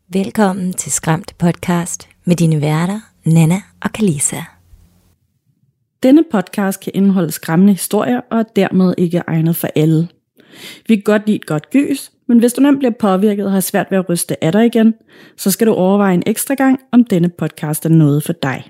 Velkommen til Skræmt Podcast med dine værter, Nana og Kalisa. Denne podcast kan indeholde skræmmende historier og er dermed ikke egnet for alle. Vi kan godt lide et godt gys, men hvis du nemt bliver påvirket og har svært ved at ryste af dig igen, så skal du overveje en ekstra gang, om denne podcast er noget for dig.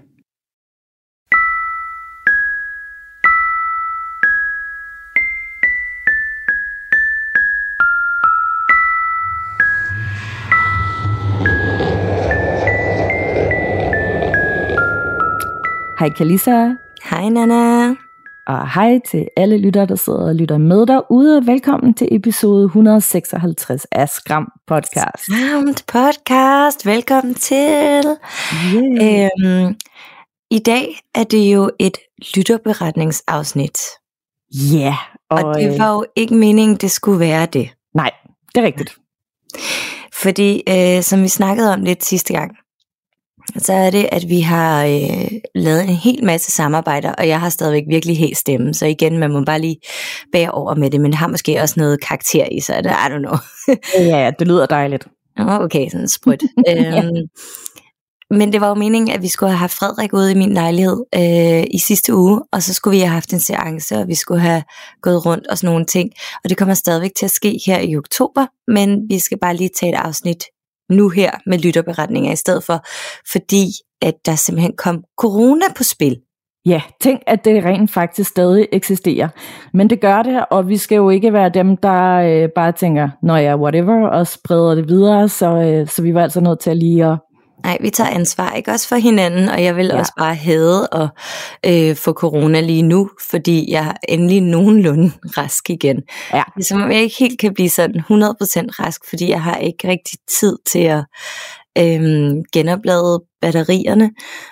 Hej Kalisa. Hej Nana. Og hej til alle lyttere, der sidder og lytter med derude. Og velkommen til episode 156 af Skræmt Podcast. Skræmt Podcast, velkommen til. Yeah. I dag er det jo et lytterberetningsafsnit. Ja. Yeah, og det var jo ikke meningen, det skulle være det. Nej, det er rigtigt. Fordi, som vi snakkede om lidt sidste gang, så er det, at vi har lavet en hel masse samarbejder, og jeg har stadigvæk virkelig helt stemme, så igen, man må bare lige bære over med det, men det har måske også noget karakter i sig, I don't know. Ja, det lyder dejligt. Okay, sådan sprødt. Men det var jo meningen, at vi skulle have haft Frederik ude i min lejlighed i sidste uge, og så skulle vi have haft en seance, og vi skulle have gået rundt og sådan nogle ting, og det kommer stadigvæk til at ske her i oktober, men vi skal bare lige tage et afsnit nu her med lytterberetninger i stedet for, fordi at der simpelthen kom corona på spil. Ja, tænk at det rent faktisk stadig eksisterer. Men det gør det, og vi skal jo ikke være dem, der bare tænker, nå ja, whatever, og spreder det videre, så vi var altså nødt til at lige at... Nej, vi tager ansvar, ikke også for hinanden, og jeg vil også bare hade at få corona lige nu, fordi jeg er endelig nogenlunde rask igen. Ja. Det er som om jeg ikke helt kan blive sådan 100% rask, fordi jeg har ikke rigtig tid til at genoplade batterierne,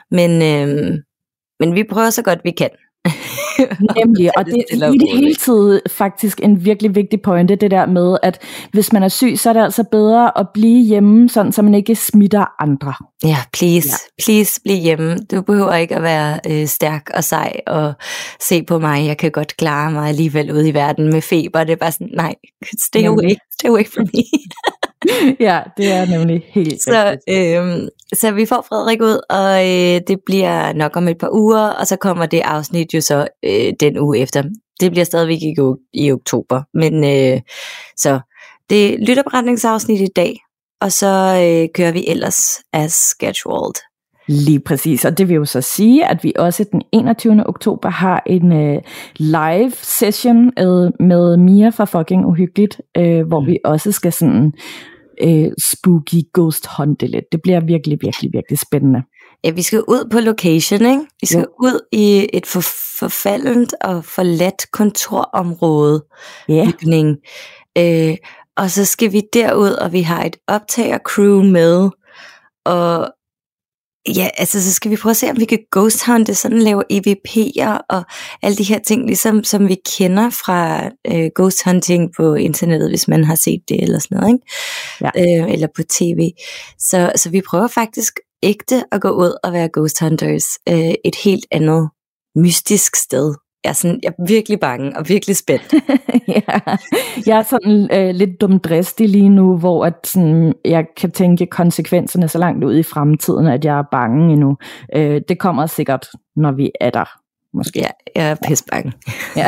men vi prøver så godt vi kan. Nemlig, og det er i det hele tiden faktisk en virkelig vigtig pointe, det der med, at hvis man er syg, så er det altså bedre at blive hjemme, sådan så man ikke smitter andre. Ja, please bliv hjemme. Du behøver ikke at være stærk og sej og se på mig. Jeg kan godt klare mig alligevel ude i verden med feber. Det er bare sådan, nej, stay away from me. Ja, det er nemlig helt så vi får Frederik ud, og det bliver nok om et par uger, og så kommer det afsnit jo så den uge efter. Det bliver stadigvæk i oktober, men så det er lytterberetningsafsnit i dag, og så kører vi ellers as scheduled. Lige præcis, og det vil jo så sige, at vi også den 21. oktober har en live session med Mia fra Fucking Uhyggeligt, hvor vi også skal sådan spooky ghost hunte lidt. Det bliver virkelig, virkelig, virkelig spændende. Ja, vi skal ud på location, ikke? Vi skal ud i et forfaldent og forladt kontorområde. Bygning. Og så skal vi derud, og vi har et optager-crew med, og ja, altså så skal vi prøve at se, om vi kan ghost hunte, sådan lave EVP'er og alle de her ting, ligesom som vi kender fra ghost hunting på internettet, hvis man har set det eller sådan noget, ikke? Ja. Eller på tv. Så vi prøver faktisk ægte at gå ud og være ghost hunters et helt andet mystisk sted. Jeg er virkelig bange og virkelig spændt. Ja, jeg er sådan lidt dumdristig lige nu, hvor at sådan, jeg kan tænke konsekvenserne så langt ud i fremtiden, at jeg er bange endnu. Det kommer sikkert, når vi er der. Måske. Ja, jeg er pisse bange. Ja.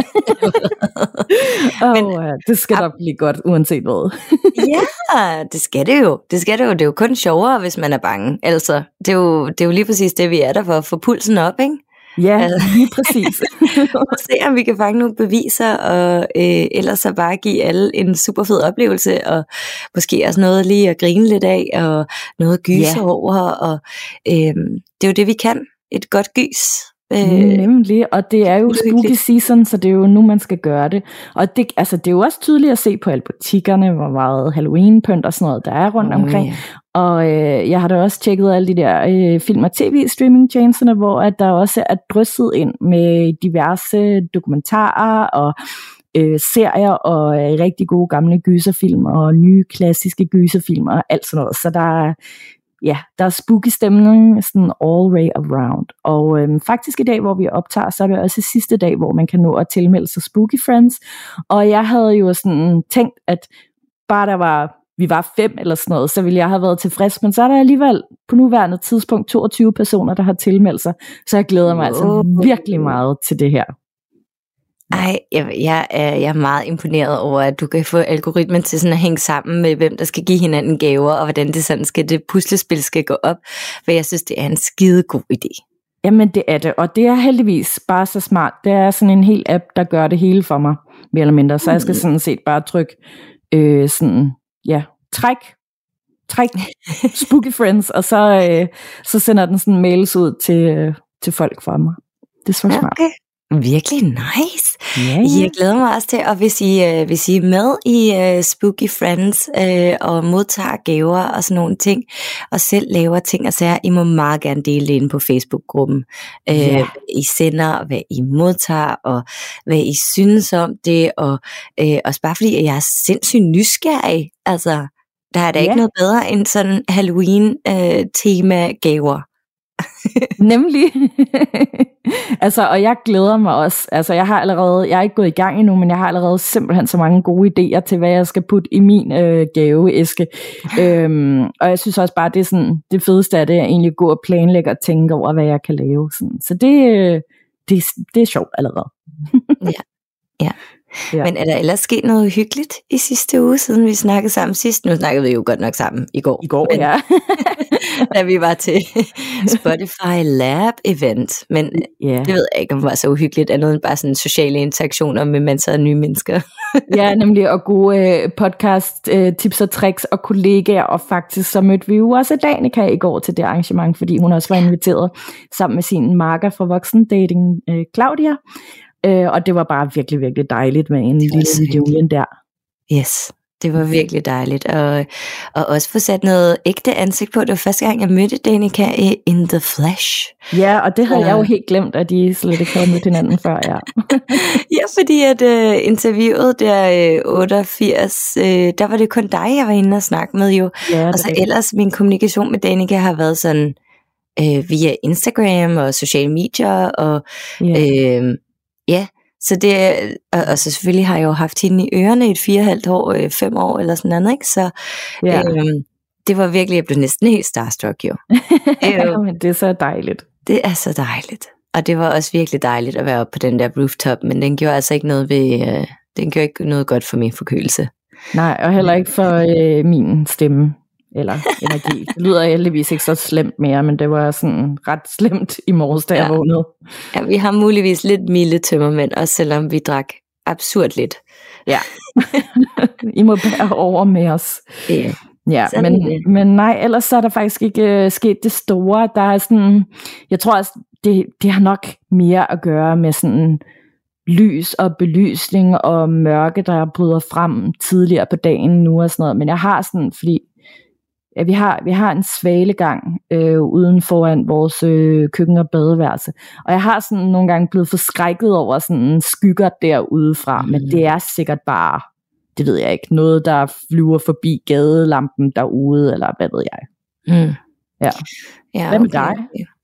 Det skal da blive godt, uanset hvad. Ja, det skal det jo. Det er jo kun sjovere, hvis man er bange. Altså, det er jo lige præcis det, vi er der for at få pulsen op, ikke? Ja, lige præcis. Og se om vi kan fange nogle beviser, og ellers så bare give alle en super fed oplevelse, og måske også noget lige at grine lidt af, og noget gyse over, og det er jo det vi kan, et godt gys. Nemlig, og det er jo spooky season, så det er jo nu man skal gøre det. Og det er jo også tydeligt at se på alle butikkerne, hvor meget Halloween-pynt og sådan noget der er rundt omkring. Og jeg har da også tjekket alle de der film- og tv-streaming-tjenesterne, hvor at der også er drysset ind med diverse dokumentarer og serier og rigtig gode gamle gyserfilm og nye klassiske gyserfilm og alt sådan noget. Så der er spooky stemning sådan all way around. Og faktisk i dag, hvor vi optager, så er det også sidste dag, hvor man kan nå at tilmelde sig Spooky Friends. Og jeg havde jo sådan tænkt, at bare der var vi var 5 eller sådan noget, så ville jeg have været tilfreds, men så er der alligevel på nuværende tidspunkt 22 personer, der har tilmeldt sig, så jeg glæder mig altså virkelig meget til det her. Ej, jeg er meget imponeret over, at du kan få algoritmen til sådan at hænge sammen med, hvem der skal give hinanden gaver, og hvordan det puslespil skal gå op, for jeg synes, det er en skide god idé. Jamen det er det, og det er heldigvis bare så smart. Det er sådan en hel app, der gør det hele for mig, mere eller mindre, så jeg skal sådan set bare trykke træk Spooky Friends, og så sender den sådan mails ud til folk for mig. Det er så smart. Okay. Virkelig nice. Yeah. Jeg glæder mig også til, og hvis I er med i Spooky Friends og modtager gaver og sådan nogle ting, og selv laver ting og sager, I må meget gerne dele det inde på Facebook-gruppen. I sender, og hvad I modtager, og hvad I synes om det, og også bare fordi, at jeg er sindssygt nysgerrig. Altså, der er da ikke noget bedre end sådan Halloween-tema-gaver. Nemlig. Altså, og jeg glæder mig også. Altså, jeg er ikke gået i gang endnu, men jeg har allerede simpelthen så mange gode idéer til, hvad jeg skal putte i min gaveæske. Og jeg synes også bare, det er sådan, det fedeste af det, at egentlig gå og planlægge og tænke over, hvad jeg kan lave. Sådan. Så det er sjovt allerede. Ja. Men er der ellers sket noget hyggeligt i sidste uge, siden vi snakkede sammen sidst? Nu snakkede vi jo godt nok sammen i går. Men, ja. Da vi var til Spotify Lab event. Men det ved jeg ikke, om det var så uhyggeligt, andet end bare sådan sociale interaktioner med masser af nye mennesker. Ja, nemlig, og gode podcast tips og tricks og kollegaer, og faktisk så mødte vi jo også Danica i går til det arrangement, fordi hun også var inviteret sammen med sin marker fra Voksendating, Claudia. Og det var bare virkelig, virkelig dejligt med en lille Julian der. Yes, det var virkelig dejligt. Og også få sat noget ægte ansigt på. Det var første gang, jeg mødte Danica in the flesh. Ja, og det havde jeg jo helt glemt, at de slet ikke havde mødt hinanden før, ja. Ja, fordi at interviewet der 88, der var det kun dig, jeg var inde og snakke med jo. Ja, og så ellers min kommunikation med Danica har været sådan via Instagram og sociale medier og så det, og så selvfølgelig har jeg jo haft hende i ørerne i 4,5 år, 5 år eller sådan noget, ikke? Så det var virkelig, jeg blev næsten helt starstruck jo. Men det er så dejligt. Det er så dejligt. Og det var også virkelig dejligt at være oppe på den der rooftop, men den gjorde altså ikke noget den gjorde ikke noget godt for min forkølelse. Nej, og heller ikke for min stemme. Eller energi. Det lyder heldigvis ikke så slemt mere, men det var sådan ret slemt i morges, da jeg vågnede. Ja, vi har muligvis lidt milde tømmermænd, også selvom vi drak absurd lidt. Ja. I må bære over med os. Ja, men nej, ellers så er der faktisk ikke sket det store. Der er sådan, jeg tror også, det har nok mere at gøre med sådan lys og belysning og mørke, der bryder frem tidligere på dagen nu og sådan noget. Men jeg har sådan, fordi vi har en svalegang uden foran vores køkken og badeværelse. Og jeg har sådan nogle gange blevet forskrækket over sådan skygger derudefra, men det er sikkert bare, det ved jeg ikke, noget der flyver forbi gadelampen derude, eller hvad ved jeg. Ja. Hvad med dig?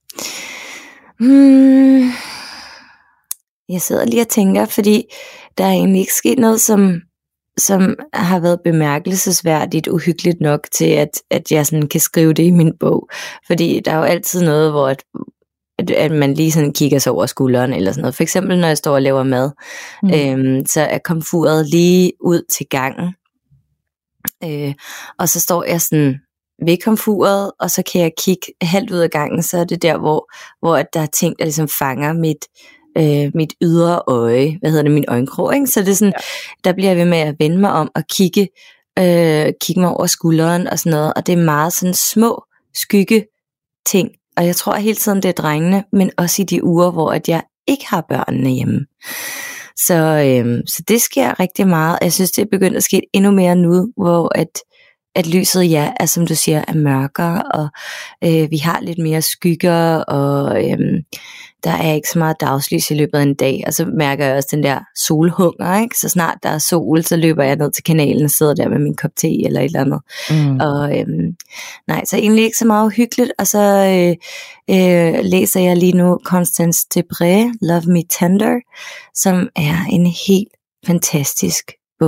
Jeg sidder lige og tænker, fordi der er egentlig ikke sket noget, som har været bemærkelsesværdigt uhyggeligt nok til, at jeg sådan kan skrive det i min bog. Fordi der er jo altid noget, hvor at man lige sådan kigger sig over skulderen, eller sådan noget. For eksempel, når jeg står og laver mad, så er komfuret lige ud til gangen. Og så står jeg sådan ved komfuret, og så kan jeg kigge halvt ud af gangen, så er det der, hvor der er ting, der ligesom fanger mit ydre øje, min øjenkrog, ikke? Så det er sådan, der bliver jeg ved med at vende mig om og kigge mig over skulderen og sådan noget, og det er meget sådan små skygge ting, og jeg tror hele tiden det er drengene, men også i de uger, hvor at jeg ikke har børnene hjemme. Så det sker rigtig meget. Jeg synes, det er begyndt at ske endnu mere nu, hvor at lyset, er, som du siger, er mørkere, og vi har lidt mere skygger, og der er ikke så meget dagslys i løbet af en dag, og så mærker jeg også den der solhunger, ikke? Så snart der er sol, så løber jeg ned til kanalen og sidder der med min kop te eller et eller andet. Og nej, så egentlig ikke så meget uhyggeligt, og så læser jeg lige nu Constance Debré, Love Me Tender, som er en helt fantastisk bog,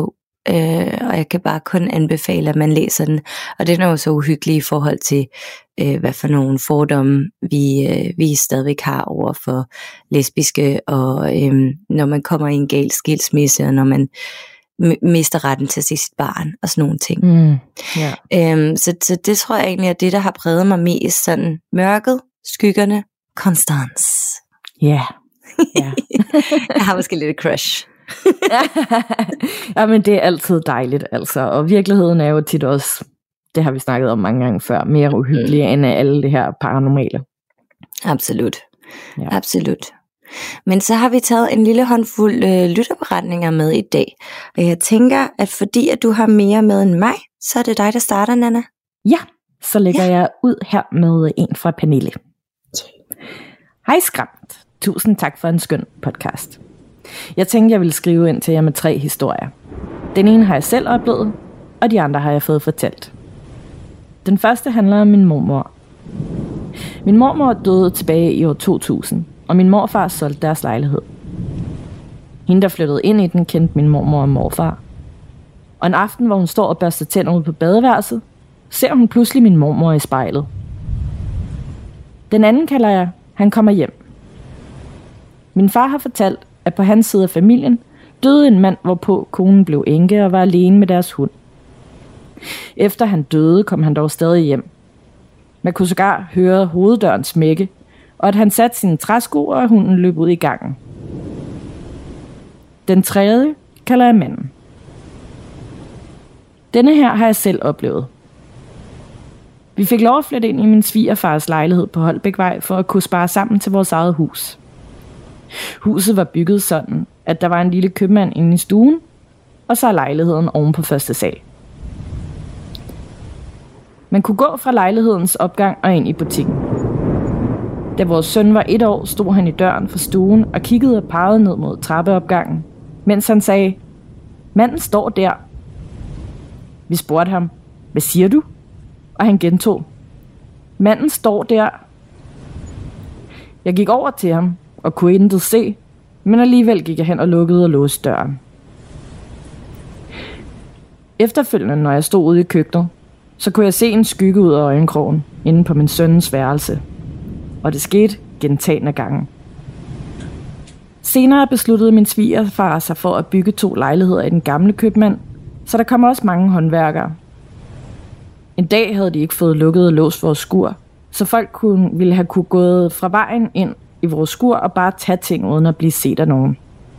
og jeg kan bare kun anbefale, at man læser den. Og den er jo så uhyggelig i forhold til, hvad for nogle fordomme vi stadigvæk har over for lesbiske, og når man kommer i en gal skilsmisse, og når man mister retten til at se sit barn, og sådan nogle ting. Så det tror jeg egentlig er det, der har præget mig mest, sådan mørket, skyggerne, Constance. Ja. Jeg har måske lidt et crush. Ja, men det er altid dejligt, altså. Og virkeligheden er jo tit også, det har vi snakket om mange gange før, mere uhyggelig end alle det her paranormale. Absolut. Ja. Absolut. Men så har vi taget en lille håndfuld lytterberetninger med i dag. Og jeg tænker, at fordi at du har mere med end mig, så er det dig, der starter, Nanna. Ja, så lægger jeg ud her med en fra Pernille. Hej Skræmt. Tusind tak for en skøn podcast. Jeg tænkte, jeg ville skrive ind til jer med 3 historier. Den ene har jeg selv oplevet, og de andre har jeg fået fortalt. Den første handler om min mormor. Min mormor døde tilbage i år 2000, og min morfar solgte deres lejlighed. Hende, der flyttede ind i den, kendte min mormor og morfar. Og en aften, hvor hun står og børster tænder ude på badeværelset, ser hun pludselig min mormor i spejlet. Den anden kalder jeg, han kommer hjem. Min far har fortalt, at på hans side af familien døde en mand, hvorpå konen blev enke og var alene med deres hund. Efter han døde, kom han dog stadig hjem. Man kunne sågar høre hoveddøren smække, og at han satte sine træsko, og hunden løb ud i gangen. Den tredje kalder jeg manden. Denne her har jeg selv oplevet. Vi fik lov at flytte ind i min svigerfars lejlighed på Holbækvej for at kunne spare sammen til vores eget hus. Huset var bygget sådan, at der var en lille købmand inde i stuen, og så er lejligheden oven på første sal. Man kunne gå fra lejlighedens opgang og ind i butikken. Da vores søn var 1 år, stod han i døren for stuen og kiggede og pegede ned mod trappeopgangen, mens han sagde, manden står der. Vi spurgte ham, hvad siger du? Og han gentog, manden står der. Jeg gik over til ham og kunne intet se, men alligevel gik jeg hen og lukkede og låste døren. Efterfølgende, når jeg stod ude i køkkenet, så kunne jeg se en skygge ud af øjenkrogen inde på min søns værelse. Og det skete gentagne gange. Senere besluttede min svigerfar sig for at bygge 2 lejligheder i den gamle købmand, så der kom også mange håndværkere. En dag havde de ikke fået lukket og låst vores skur, så folk ville have kunne gået fra vejen ind i vores skur og bare tage ting uden at blive set af nogen.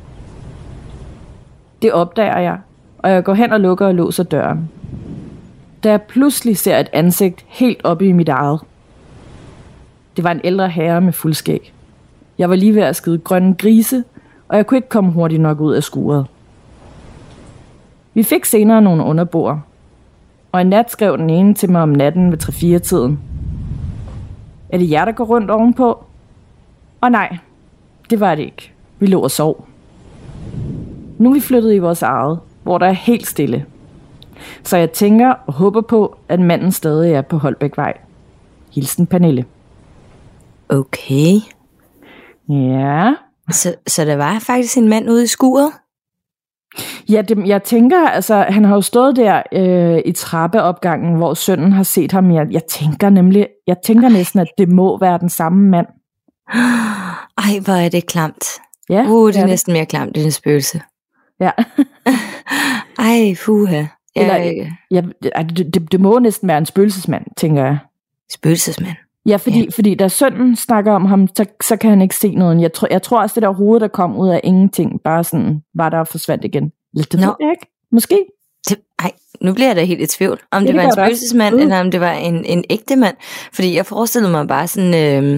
Det opdager jeg, og jeg går hen og lukker og låser døren. Da jeg pludselig ser et ansigt helt oppe i mit eget. Det var en ældre herre med fuldskæg. Jeg var lige ved at skide grønne grise, og jeg kunne ikke komme hurtigt nok ud af skuret. Vi fik senere nogle underboer, og en nat skrev den ene til mig om natten ved 3-4-tiden. Er det jer, der går rundt ovenpå? Og nej, det var det ikke. Vi lå og sov. Nu er vi flyttet i vores eget, hvor der er helt stille. Så jeg tænker og håber på, at manden stadig er på Holbækvej. Hilsen Pernille. Okay. Ja. Så der var faktisk en mand ude i skuret? Ja, jeg tænker, altså han har jo stået der i trappeopgangen, hvor sønnen har set ham. Jeg tænker næsten, at det må være den samme mand. Ej, hvor er det klamt. Ja, det er næsten mere klamt end en spøgelse. Ja. Ej, fuha. Det må næsten være en spøgelsesmand, tænker jeg. Spøgelsesmand? Ja, fordi da sønnen snakker om ham, så kan han ikke se noget. Jeg tror også, det der hoved, der kom ud af ingenting, bare sådan var der og forsvandt igen. Det ved jeg ikke. Måske. Ej, nu bliver jeg da helt i tvivl, om det var en spøgelsesmand, eller om det var en ægte mand. Fordi jeg forestillede mig bare sådan,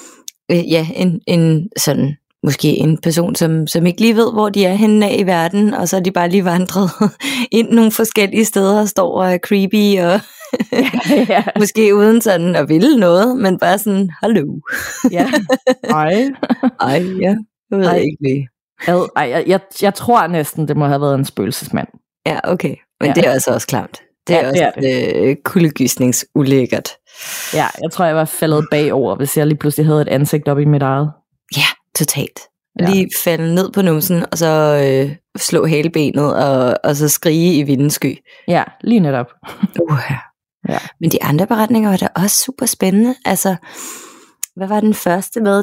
en sådan, måske en person, som ikke lige ved, hvor de er henne af i verden, og så er de bare lige vandret ind nogle forskellige steder og står og er creepy, og ja. Måske uden sådan at ville noget, men bare sådan, hallo. Ja. Ej, ja. Jeg ved ikke lige. Jeg tror næsten, det må have været en spøgelsesmand. Ja, okay. Men det er altså også klamt. Det er også kuldegysningsulækkert. Ja, jeg tror, jeg var faldet bagover, hvis jeg lige pludselig havde et ansigt op i mit eget. Ja, totalt. Lige falde ned på numsen, og så slå halebenet, og så skrige i vindensky. Ja, lige netop. Ja. Men de andre beretninger var da også super spændende. Altså, hvad var den første med?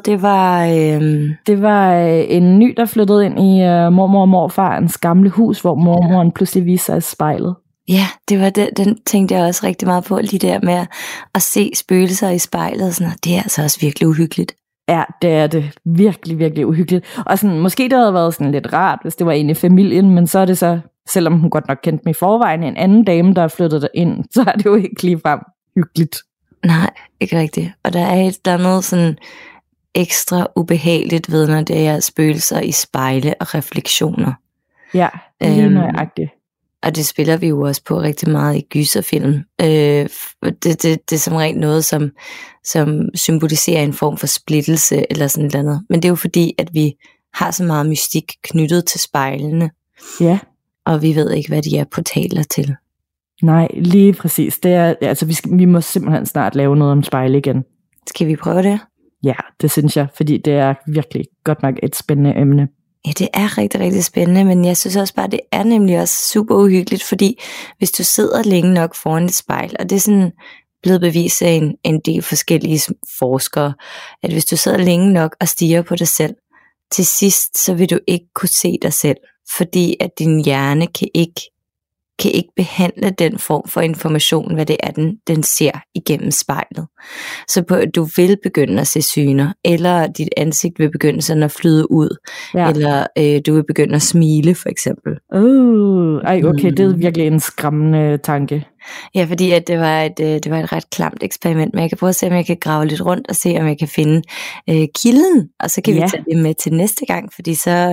Det var en ny, der flyttede ind i mormor og morfarens gamle hus, hvor mormoren pludselig viste sig i spejlet. Ja, det var den tænkte jeg også rigtig meget på, lige der med at se spøgelser i spejlet og sådan noget. Det er altså også virkelig uhyggeligt. Ja, det er det. Virkelig, virkelig uhyggeligt. Og sådan, måske det havde været sådan lidt rart, hvis det var en i familien, men så er det så, selvom hun godt nok kendte mig i forvejen, en anden dame, der er flyttet ind, så er det jo ikke ligefrem hyggeligt. Nej, ikke rigtigt. Og der er noget sådan ekstra ubehageligt ved, når det er spøgelser i spejle og refleksioner. Ja, lige nøjagtigt. Og det spiller vi jo også på rigtig meget i gyserfilm. Det er som regel noget, som symboliserer en form for splittelse eller sådan noget andet. Men det er jo fordi, at vi har så meget mystik knyttet til spejlene. Ja. Og vi ved ikke, hvad de er portaler til. Nej, lige præcis. Det er, altså, vi må simpelthen snart lave noget om spejle igen. Skal vi prøve det? Ja, det synes jeg, fordi det er virkelig godt nok et spændende emne. Ja, det er rigtig, rigtig spændende, men jeg synes også bare, det er nemlig også super uhyggeligt, fordi hvis du sidder længe nok foran et spejl, og det er sådan blevet bevist af en del forskellige forskere, at hvis du sidder længe nok og stirrer på dig selv, til sidst så vil du ikke kunne se dig selv, fordi at din hjerne kan ikke behandle den form for information, hvad det er, den ser igennem spejlet. Så du vil begynde at se syner, eller dit ansigt vil begynde sådan at flyde ud, eller du vil begynde at smile, for eksempel. Okay, det er virkelig en skræmmende tanke. Ja, fordi at det var et ret klamt eksperiment, men jeg kan prøve at se, om jeg kan grave lidt rundt og se, om jeg kan finde kilden, og så kan vi tage det med til næste gang, fordi så,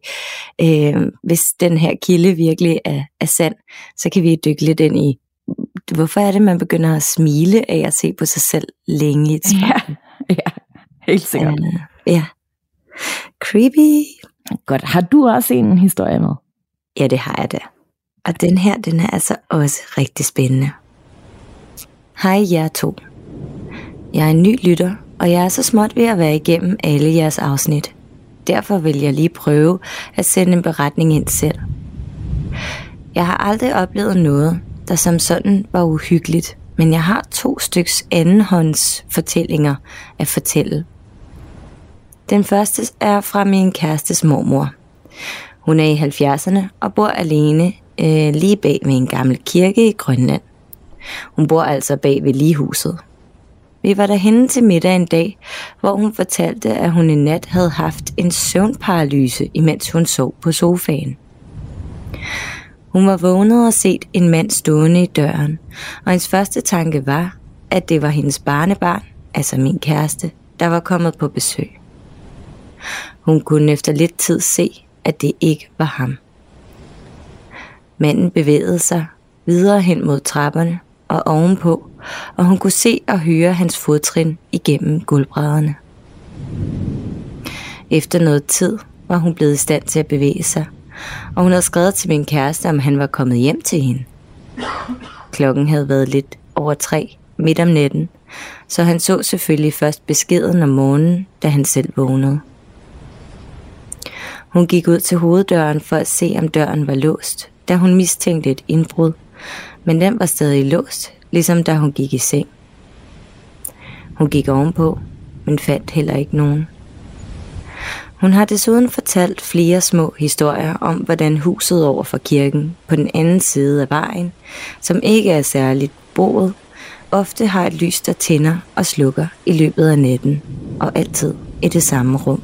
hvis den her kilde virkelig er sand, så kan vi dykke lidt ind i, hvorfor er det, man begynder at smile af at se på sig selv længe i et spejl? Ja, helt sikkert. Ja. Creepy. Godt. Har du også en historie med? Ja, det har jeg da. Og den er altså også rigtig spændende. Hej jer to. Jeg er en ny lytter, og jeg er så småt ved at være igennem alle jeres afsnit. Derfor vil jeg lige prøve at sende en beretning ind selv. Jeg har aldrig oplevet noget, der som sådan var uhyggeligt, men jeg har 2 styks andenhånds fortællinger at fortælle. Den første er fra min kærestes mormor. Hun er i 70'erne og bor alene lige bag ved en gammel kirke i Grønland. Hun bor altså bag ved ligehuset. Vi var derhenne til middag en dag, hvor hun fortalte, at hun en nat havde haft en søvnparalyse, imens hun sov på sofaen. Hun var vågnet og set en mand stående i døren, og hendes første tanke var, at det var hendes barnebarn, altså min kæreste, der var kommet på besøg. Hun kunne efter lidt tid se, at det ikke var ham. Manden bevægede sig videre hen mod trapperne og ovenpå, og hun kunne se og høre hans fodtrin igennem gulvbrædderne. Efter noget tid var hun blevet i stand til at bevæge sig, og hun havde skrevet til min kæreste, om han var kommet hjem til hende. Klokken havde været lidt over 3 midt om natten, så han så selvfølgelig først beskeden om morgenen, da han selv vågnede. Hun gik ud til hoveddøren for at se, om døren var låst, da hun mistænkte et indbrud, men den var stadig låst, ligesom da hun gik i seng. Hun gik ovenpå, men fandt heller ikke nogen. Hun har desuden fortalt flere små historier om, hvordan huset over for kirken på den anden side af vejen, som ikke er særligt boet, ofte har et lys, der tænder og slukker i løbet af natten, og altid i det samme rum.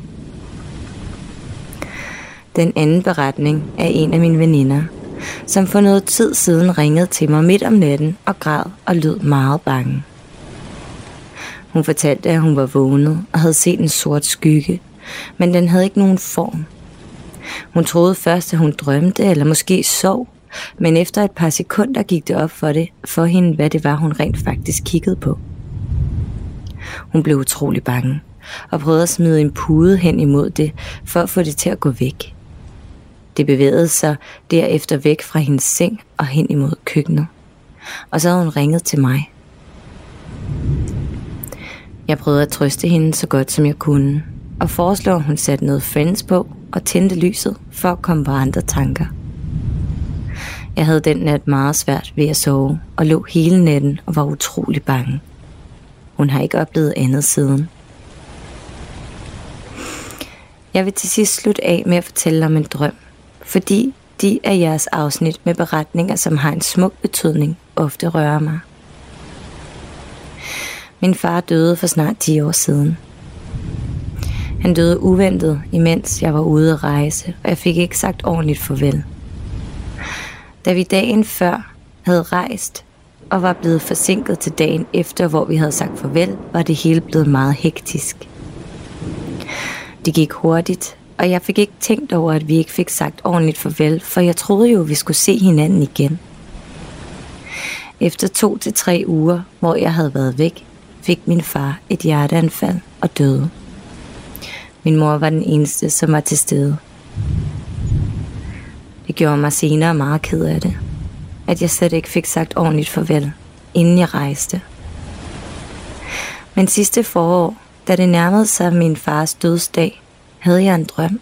Den anden beretning er en af mine veninder, som for noget tid siden ringede til mig midt om natten og græd og lød meget bange. Hun fortalte, at hun var vågnet og havde set en sort skygge, men den havde ikke nogen form. Hun troede først, at hun drømte eller måske sov, men efter et par sekunder gik det op for hende, hvad det var, hun rent faktisk kiggede på. Hun blev utrolig bange og prøvede at smide en pude hen imod det, for at få det til at gå væk. Det bevægede sig derefter væk fra hendes seng og hen imod køkkenet. Og så havde hun ringet til mig. Jeg prøvede at trøste hende så godt som jeg kunne, og foreslår, at hun satte noget Friends på og tændte lyset for at komme på andre tanker. Jeg havde den nat meget svært ved at sove og lå hele natten og var utrolig bange. Hun har ikke oplevet andet siden. Jeg vil til sidst slutte af med at fortælle om en drøm, fordi de af jeres afsnit med beretninger, som har en smuk betydning, ofte rører mig. Min far døde for snart 10 år siden. Han døde uventet, imens jeg var ude at rejse, og jeg fik ikke sagt ordentligt farvel. Da vi dagen før havde rejst og var blevet forsinket til dagen efter, hvor vi havde sagt farvel, var det hele blevet meget hektisk. Det gik hurtigt, og jeg fik ikke tænkt over, at vi ikke fik sagt ordentligt farvel, for jeg troede jo, at vi skulle se hinanden igen. Efter 2 til 3 uger, hvor jeg havde været væk, fik min far et hjerteanfald og døde. Min mor var den eneste, som var til stede. Det gjorde mig senere meget ked af det, at jeg slet ikke fik sagt ordentligt farvel, inden jeg rejste. Men sidste forår, da det nærmede sig min fars dødsdag, havde jeg en drøm.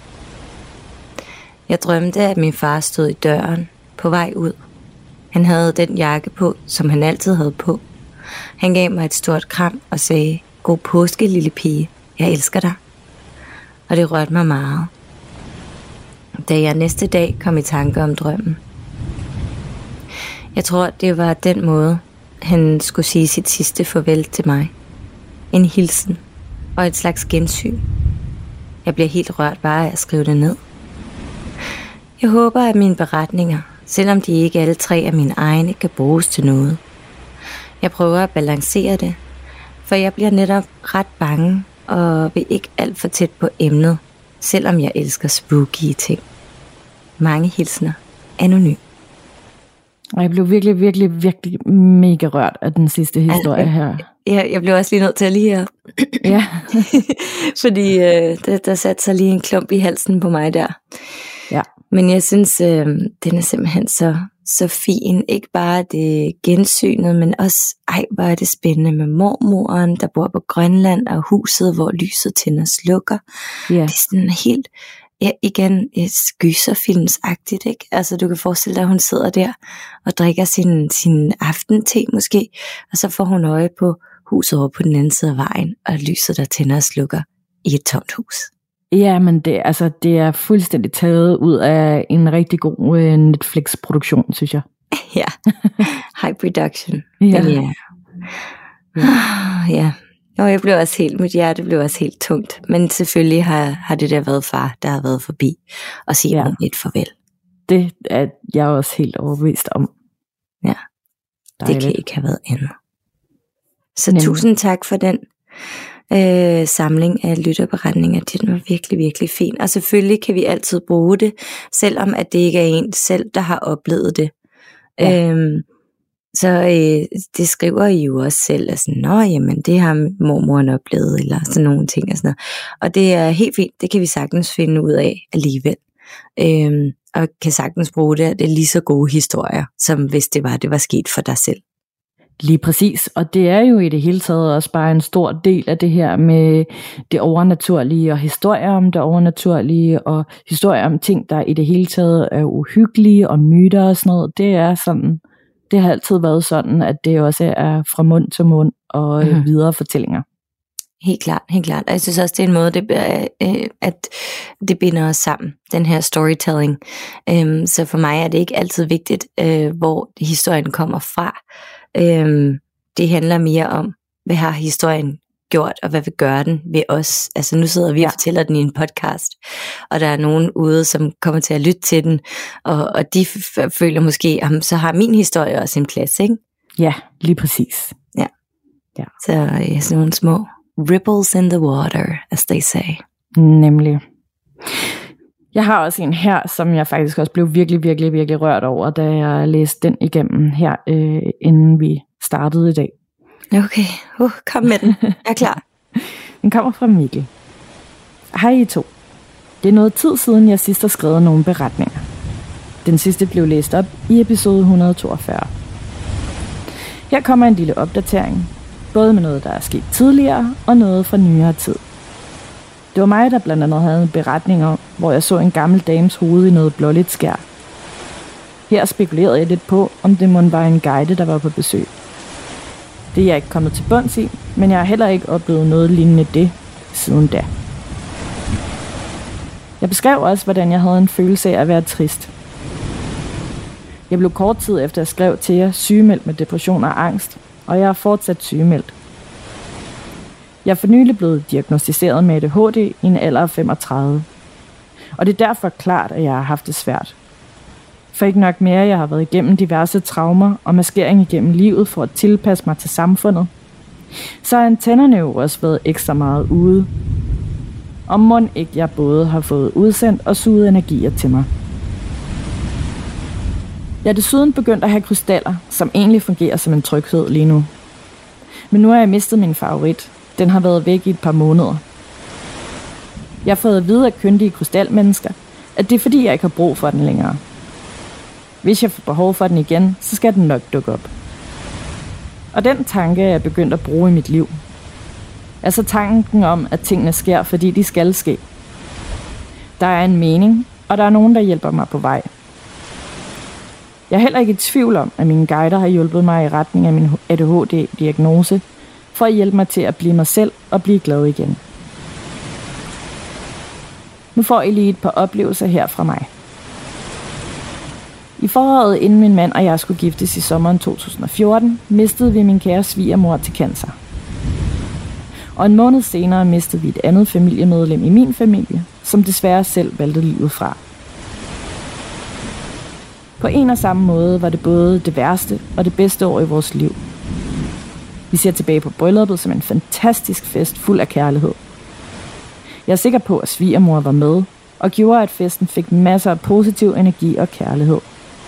Jeg drømte, at min far stod i døren på vej ud. Han havde den jakke på, som han altid havde på. Han gav mig et stort kram og sagde, "God påske, lille pige. Jeg elsker dig." Og det rørte mig meget. Da jeg næste dag kom i tanke om drømmen. Jeg tror, det var den måde, han skulle sige sit sidste farvel til mig. En hilsen og et slags gensyn. Jeg bliver helt rørt bare af at skrive det ned. Jeg håber, at mine beretninger, selvom de ikke alle 3 af mine egne, kan bruges til noget. Jeg prøver at balancere det, for jeg bliver netop ret bange og vil ikke alt for tæt på emnet, selvom jeg elsker spooky ting. Mange hilsner. Anonym. Og jeg blev virkelig, virkelig, virkelig mega rørt af den sidste historie her. Jeg blev også lige nødt til at lige her. Ja. Fordi der satte sig lige en klump i halsen på mig der. Ja. Men jeg synes, den er simpelthen så fin. Ikke bare det gensynet, men også, hvor er det spændende med mormoren, der bor på Grønland, og huset, hvor lyset tænder og slukker. Ja. Det er sådan helt, igen, gyserfilmsagtigt, ikke? Altså, du kan forestille dig, at hun sidder der og drikker sin aftente måske, og så får hun øje på huset over på den anden side af vejen, og lyset, der tænder og slukker i et tomt hus. Ja, men det er fuldstændig taget ud af en rigtig god Netflix-produktion, synes jeg. Ja, high production. Ja. Ja. Og mit hjerte blev også helt tungt. Men selvfølgelig har det der været far, der har været forbi og sige et farvel. Det er jeg også helt overbevist om. Ja, det kan ikke have været andet. Så tusind tak for den samling af lytterberetninger. Den var virkelig, virkelig fin. Og selvfølgelig kan vi altid bruge det, selvom at det ikke er en selv, der har oplevet det. Ja. Så det skriver I jo også selv, altså, jamen det har mormoren oplevet, eller sådan nogle ting og sådan noget. Og det er helt fint, det kan vi sagtens finde ud af alligevel. Og kan sagtens bruge det, at det er lige så gode historier, som hvis det var sket for dig selv. Lige præcis, og det er jo i det hele taget også bare en stor del af det her med det overnaturlige, og historier om det overnaturlige, og historier om ting, der i det hele taget er uhyggelige, og myter og sådan noget. Det har altid været sådan, at det også er fra mund til mund, og videre fortællinger. Helt klart. Og jeg synes også, det er en måde, at det binder os sammen, den her storytelling. Så for mig er det ikke altid vigtigt, hvor historien kommer fra. Det handler mere om, hvad har historien gjort, og hvad vil gøre den ved os. Altså nu sidder vi og fortæller den i en podcast, og der er nogen ude, som kommer til at lytte til den, og de føler måske, så har min historie også en plads, ikke? Ja, lige præcis. Ja. Så sådan nogle små ripples in the water, as they say. Nemlig. Jeg har også en her, som jeg faktisk også blev virkelig, virkelig, virkelig rørt over, da jeg læste den igennem her, inden vi startede i dag. Okay, kom med den. Jeg er klar. Den kommer fra Mikkel. Hej I to. Det er noget tid siden, jeg sidst har skrevet nogle beretninger. Den sidste blev læst op i episode 142. Her kommer en lille opdatering, både med noget, der er sket tidligere, og noget fra nyere tid. Det var mig, der blandt andet havde en beretning om, hvor jeg så en gammel dames hoved i noget blåligt skær. Her spekulerede jeg lidt på, om det måtte være en guide, der var på besøg. Det er jeg ikke kommet til bunds i, men jeg har heller ikke oplevet noget lignende det siden da. Jeg beskrev også, hvordan jeg havde en følelse af at være trist. Jeg blev kort tid efter jeg skrev til jer sygemeldt med depression og angst, og jeg er fortsat sygemeldt. Jeg er for nylig blevet diagnosticeret med ADHD i en alder af 35. Og det er derfor klart, at jeg har haft det svært. For ikke nok mere, jeg har været igennem diverse traumer og maskering igennem livet for at tilpasse mig til samfundet, så har antennerne jo også været ekstra meget ude. Og mon ikke jeg både har fået udsendt og suget energier til mig. Jeg er desuden begyndt at have krystaller, som egentlig fungerer som en tryghed lige nu. Men nu har jeg mistet min favorit. Den har været væk i et par måneder. Jeg har fået at vide af kyndige krystalmennesker, at det er fordi, jeg ikke har brug for den længere. Hvis jeg får behov for den igen, så skal den nok dukke op. Og den tanke er jeg begyndt at bruge i mit liv. Altså tanken om, at tingene sker, fordi de skal ske. Der er en mening, og der er nogen, der hjælper mig på vej. Jeg er heller ikke i tvivl om, at mine guider har hjulpet mig i retning af min ADHD-diagnose, for at hjælpe mig til at blive mig selv og blive glad igen. Nu får I lige et par oplevelser her fra mig. I foråret, inden min mand og jeg skulle giftes i sommeren 2014, mistede vi min kære svigermor til cancer. Og en måned senere mistede vi et andet familiemedlem i min familie, som desværre selv valgte livet fra. På en og samme måde var det både det værste og det bedste år i vores liv. Vi ser tilbage på brylluppet som en fantastisk fest fuld af kærlighed. Jeg er sikker på, at svigermor var med og gjorde, at festen fik masser af positiv energi og kærlighed.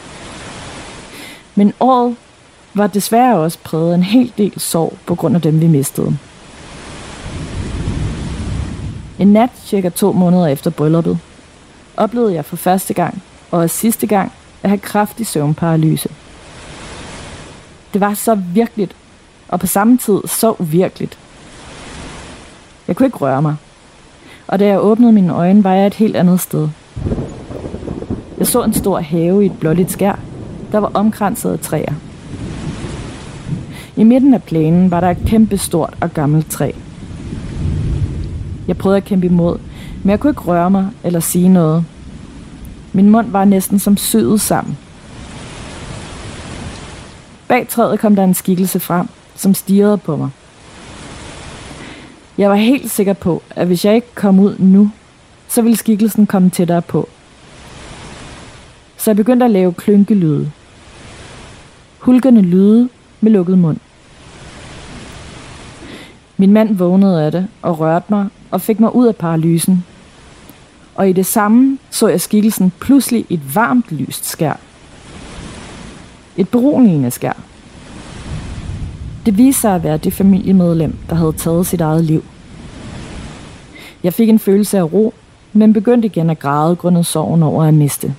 Men året var desværre også præget af en hel del sorg på grund af dem, vi mistede. En nat, cirka 2 måneder efter brylluppet, oplevede jeg for første gang og sidste gang at have kraftig søvnparalyse. Det var så virkeligt, og på samme tid så uvirkeligt. Jeg kunne ikke røre mig, og da jeg åbnede mine øjne, var jeg et helt andet sted. Jeg så en stor have i et blåligt skær, der var omkranset af træer. I midten af plænen var der et kæmpe stort og gammelt træ. Jeg prøvede at kæmpe imod, men jeg kunne ikke røre mig eller sige noget. Min mund var næsten som syet sammen. Bag træet kom der en skikkelse frem, som stirrede på mig. Jeg var helt sikker på, at hvis jeg ikke kom ud nu, så ville skikkelsen komme tættere på. Så jeg begyndte at lave klunkelyde. Hulkende lyde med lukket mund. Min mand vågnede af det og rørte mig og fik mig ud af paralysen. Og i det samme så jeg skikkelsen pludselig i et varmt lyst skær. Et beroligende skær. Det viste sig at være det familiemedlem, der havde taget sit eget liv. Jeg fik en følelse af ro, men begyndte igen at græde grundet sorgen over at miste.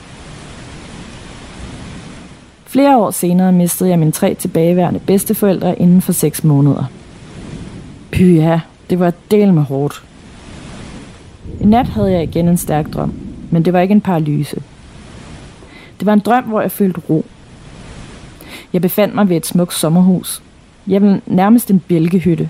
Flere år senere mistede jeg mine 3 tilbageværende bedsteforældre inden for 6 måneder. Pyha, det var delt med hårdt. En nat havde jeg igen en stærk drøm, men det var ikke en paralyse. Det var en drøm, hvor jeg følte ro. Jeg befandt mig ved et smukt sommerhus. Jeg ville nærmest en bjælkehytte.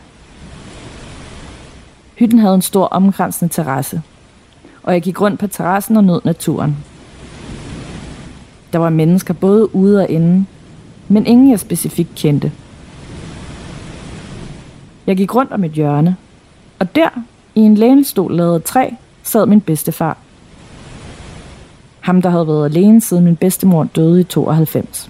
Hytten havde en stor omkransende terrasse, og jeg gik rundt på terrassen og nød naturen. Der var mennesker både ude og inde, men ingen jeg specifikt kendte. Jeg gik rundt om et hjørne, og der, i en lænestol lavet af træ, sad min bedstefar. Ham, der havde været alene siden min bedstemor døde i 92.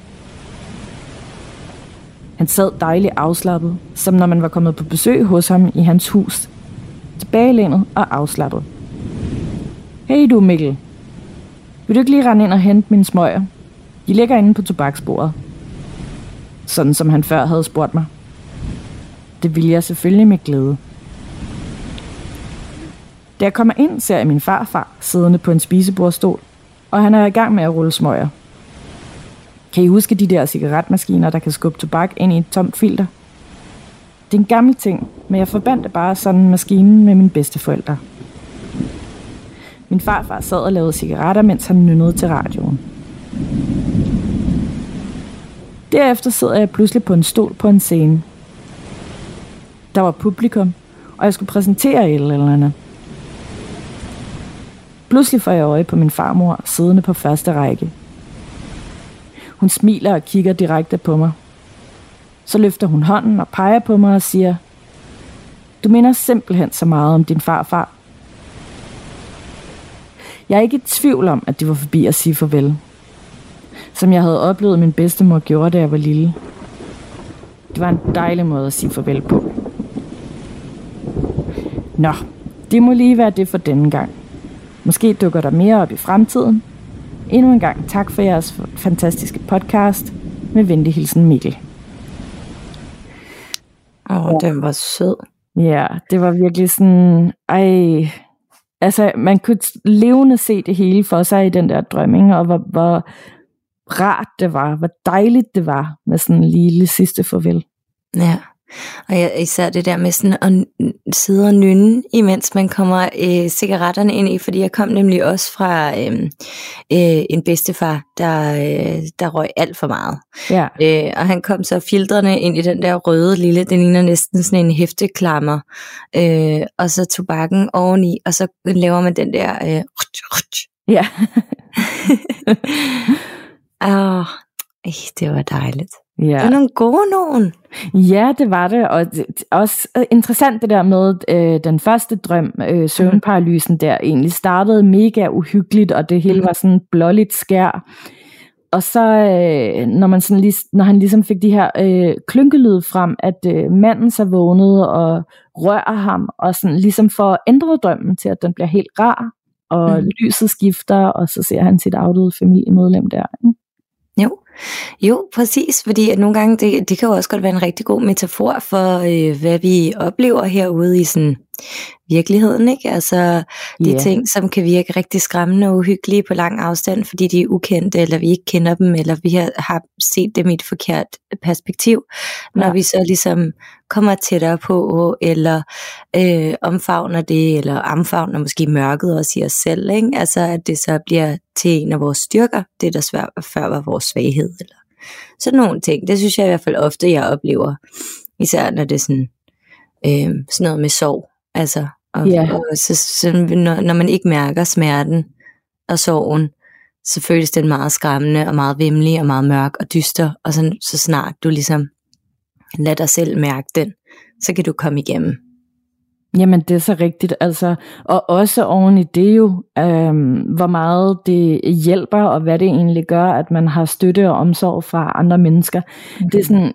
Han sad dejligt afslappet, som når man var kommet på besøg hos ham i hans hus. Tilbagelænet og afslappet. Hey du Mikkel, vil du ikke lige rende ind og hente mine smøger? De ligger inde på tobaksbordet. Sådan som han før havde spurgt mig. Det ville jeg selvfølgelig med glæde. Da jeg kommer ind, ser jeg min farfar siddende på en spisebordstol, og han er i gang med at rulle smøger. Kan I huske de der cigaretmaskiner, der kan skubbe tobak ind i et tomt filter? Det er en gammel ting, men jeg forbandt bare sådan en maskine med mine bedsteforældre. Min farfar sad og lavede cigaretter, mens han nynnede til radioen. Derefter sidder jeg pludselig på en stol på en scene. Der var publikum, og jeg skulle præsentere et eller andet. Pludselig får jeg øje på min farmor siddende på første række. Hun smiler og kigger direkte på mig. Så løfter hun hånden og peger på mig og siger: "Du minder simpelthen så meget om din farfar." Jeg er ikke i tvivl om, at de var forbi at sige farvel. Som jeg havde oplevet, min bedstemor gjorde, da jeg var lille. Det var en dejlig måde at sige farvel på. Nå, det må lige være det for denne gang. Måske dukker der mere op i fremtiden. Endnu en gang tak for jeres fantastiske podcast. Med venlig hilsen, Mikkel. Den var sød. Ja, det var virkelig sådan... Altså, man kunne levende se det hele for sig i den der drømming, og hvor rart det var, hvor dejligt det var med sådan en lille sidste farvel. Ja, og især det der med sådan at sidde og nynne, imens man kommer cigaretterne ind i, fordi jeg kom nemlig også fra en bedstefar, der røg alt for meget. Ja. Og han kom så filtrene ind i den der røde lille, den ligner næsten sådan en hæfteklammer, og så tobakken oveni, og så laver man den der... Ja. Det var dejligt. Ja. Det er nogle gode nogen. Ja, det var det, og det også interessant det der med den første drøm, søvnparalysen der, egentlig startede mega uhyggeligt, og det hele var sådan blåligt skær. Og så, når han ligesom fik de her klynkelyd frem, at manden så vågnede og rører ham, og sådan ligesom får ændret drømmen til, at den bliver helt rar, og lyset skifter, og så ser han sit afdøde familiemedlem der. Jo, præcis, fordi at nogle gange, det kan jo også godt være en rigtig god metafor for, hvad vi oplever herude i sådan virkeligheden, ikke? Altså de ting, som kan virke rigtig skræmmende og uhyggelige på lang afstand, fordi de er ukendte, eller vi ikke kender dem, eller vi har set dem i et forkert perspektiv, når vi så ligesom kommer tættere på, eller omfavner det, eller omfavner måske mørket også i os selv, ikke? Altså at det så bliver til en af vores styrker, det der før var vores svaghed, eller sådan nogle ting. Det synes jeg i hvert fald ofte, jeg oplever, især når det er sådan noget med sorg. Altså, og så når man ikke mærker smerten og sorgen, så føles den meget skræmmende og meget væmmelig og meget mørk og dyster, og så snart du ligesom lader dig selv mærke den, så kan du komme igennem. Jamen det er så rigtigt, altså, og også oven i det jo, hvor meget det hjælper, og hvad det egentlig gør, at man har støtte og omsorg fra andre mennesker. Det er sådan,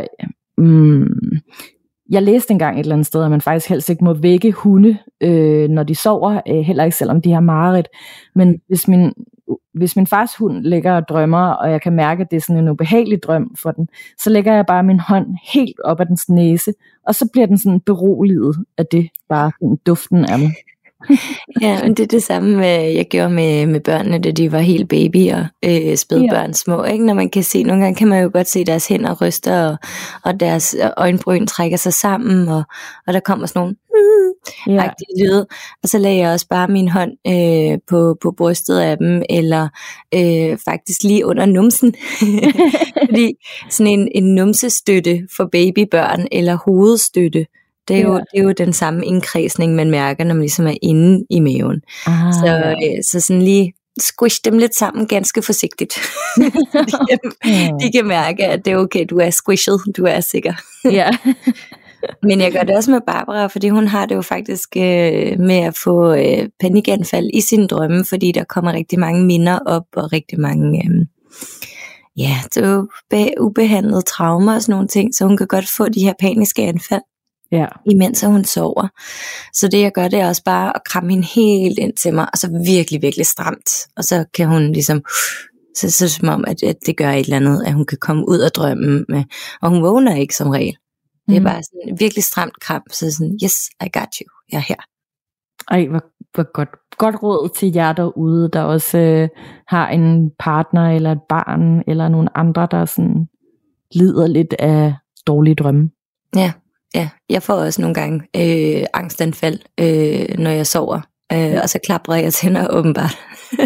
jeg læste engang et eller andet sted, at man faktisk helst ikke må vække hunde, når de sover, heller ikke selvom de har mareridt. Men hvis min fars hund ligger og drømmer, og jeg kan mærke, at det er sådan en ubehagelig drøm for den, så lægger jeg bare min hånd helt op ad dens næse, og så bliver den sådan beroliget af det, bare duften af mig. Ja, men det er det samme, jeg gjorde med børnene, da de var helt babyer, spædbørn små, ikke? Når man kan se, nogle gange kan man jo godt se deres hænder ryster, og deres øjenbryn trækker sig sammen, og der kommer sådan nogle agtige lyde, og så lagde jeg også bare min hånd på brystet af dem, eller faktisk lige under numsen, fordi sådan en numsestøtte for babybørn, eller hovedstøtte, det er jo den samme indkredsning, man mærker, når man ligesom er inde i maven. Så sådan lige squish dem lidt sammen ganske forsigtigt. De kan mærke, at det er okay, du er squished, du er sikker. Ja. Men jeg gør det også med Barbara, fordi hun har det jo faktisk med at få panikanfald i sine drømme, fordi der kommer rigtig mange minder op, og rigtig mange det er jo ubehandlede traumer og sådan nogle ting, så hun kan godt få de her paniske anfald. Ja. Imens hun sover. Så det jeg gør, det er også bare at kramme hende helt ind til mig, og så virkelig, virkelig stramt. Og så kan hun ligesom, så som om, at det gør et eller andet, at hun kan komme ud af drømmen med, og hun vågner ikke som regel. Det er bare sådan en virkelig stramt kram, så sådan, yes, I got you, jeg er her. Ej, hvor godt råd til jer derude, der også har en partner, eller et barn, eller nogle andre, der sådan lider lidt af dårlige drømme. Ja, jeg får også nogle gange angstanfald, når jeg sover. Og så klapper jeg tænder åbenbart.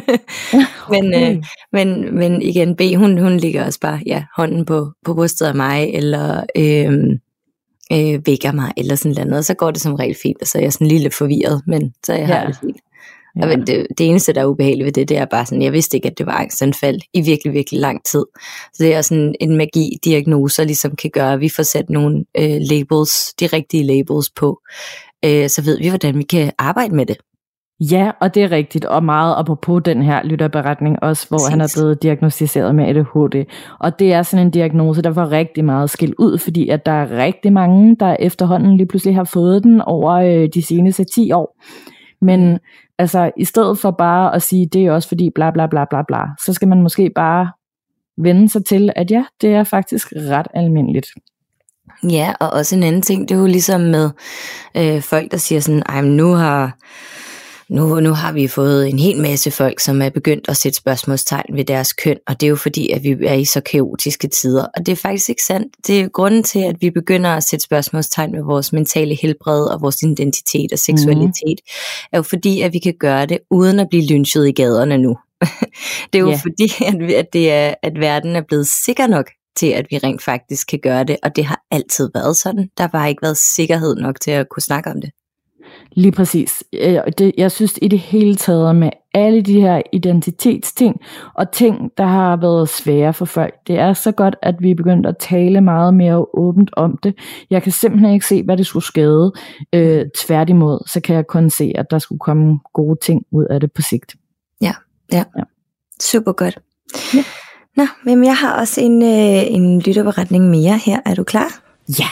men igen, B, hun ligger også bare hånden på brystet af mig, eller vækker mig, eller sådan noget, og så går det som regel fint, og så er jeg sådan lidt forvirret, men så jeg har det fint. Ja. Og det eneste, der er ubehageligt ved det er bare sådan, jeg vidste ikke, at det var angstanfald i virkelig, virkelig lang tid. Så det er sådan en magi-diagnoser, ligesom kan gøre, at vi får sat nogle labels, de rigtige labels på, så ved vi, hvordan vi kan arbejde med det. Ja, og det er rigtigt, og meget apropos den her lytterberetning også, hvor han er blevet diagnosticeret med ADHD. Og det er sådan en diagnose, der får rigtig meget skilt ud, fordi at der er rigtig mange, der efterhånden lige pludselig har fået den over de seneste 10 år. Men altså, i stedet for bare at sige, det er også fordi bla bla bla bla bla, så skal man måske bare vende sig til, at ja, det er faktisk ret almindeligt. Ja, og også en anden ting, det er jo ligesom med folk, der siger sådan, ej, men nu har vi fået en hel masse folk, som er begyndt at sætte spørgsmålstegn ved deres køn, og det er jo fordi, at vi er i så kaotiske tider, og det er faktisk ikke sandt. Det er grunden til, at vi begynder at sætte spørgsmålstegn ved vores mentale helbred og vores identitet og seksualitet, er jo fordi, at vi kan gøre det uden at blive lynchet i gaderne nu. Det er jo fordi, at verden er blevet sikker nok til, at vi rent faktisk kan gøre det, og det har altid været sådan. Der har bare ikke været sikkerhed nok til at kunne snakke om det. Lige præcis. Jeg synes i det hele taget med alle de her identitetsting og ting, der har været svære for folk, det er så godt, at vi er begyndt at tale meget mere åbent om det. Jeg kan simpelthen ikke se, hvad det skulle skade. Tværtimod, så kan jeg kun se, at der skulle komme gode ting ud af det på sigt. Ja. Super godt. Ja. Nå, men jeg har også en lytterberetning mere her. Er du klar? Ja.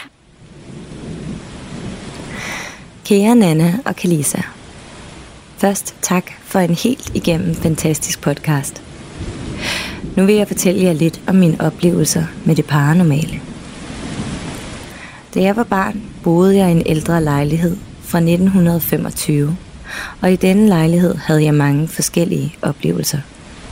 Kære Nanna og Kalisa. Først tak for en helt igennem fantastisk podcast. Nu vil jeg fortælle jer lidt om mine oplevelser med det paranormale. Da jeg var barn, boede jeg i en ældre lejlighed fra 1925, og i denne lejlighed havde jeg mange forskellige oplevelser.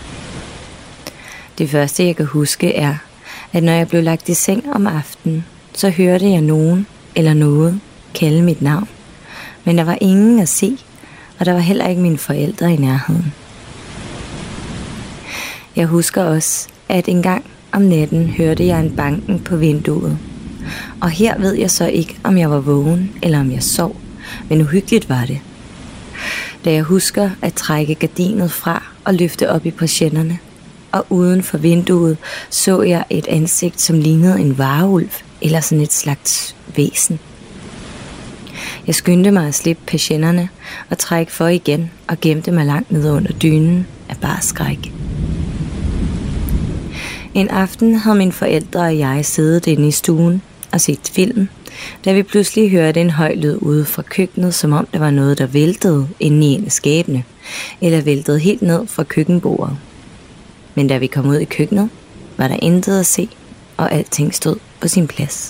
Det første jeg kan huske er, at når jeg blev lagt i seng om aftenen, så hørte jeg nogen eller noget kalde mit navn. Men der var ingen at se, og der var heller ikke mine forældre i nærheden. Jeg husker også, at en gang om natten hørte jeg en banken på vinduet. Og her ved jeg så ikke, om jeg var vågen eller om jeg sov, men uhyggeligt var det. Da jeg husker at trække gardinet fra og løfte op i persiennerne, og uden for vinduet så jeg et ansigt, som lignede en varulv eller sådan et slags væsen. Jeg skyndte mig at slippe persiennerne og trække for igen og gemte mig langt ned under dynen af bare skræk. En aften havde mine forældre og jeg siddet inde i stuen og set film, da vi pludselig hørte en høj lyd ude fra køkkenet, som om der var noget, der væltede inde i en af skabene, eller væltede helt ned fra køkkenbordet. Men da vi kom ud i køkkenet, var der intet at se, og alting stod på sin plads.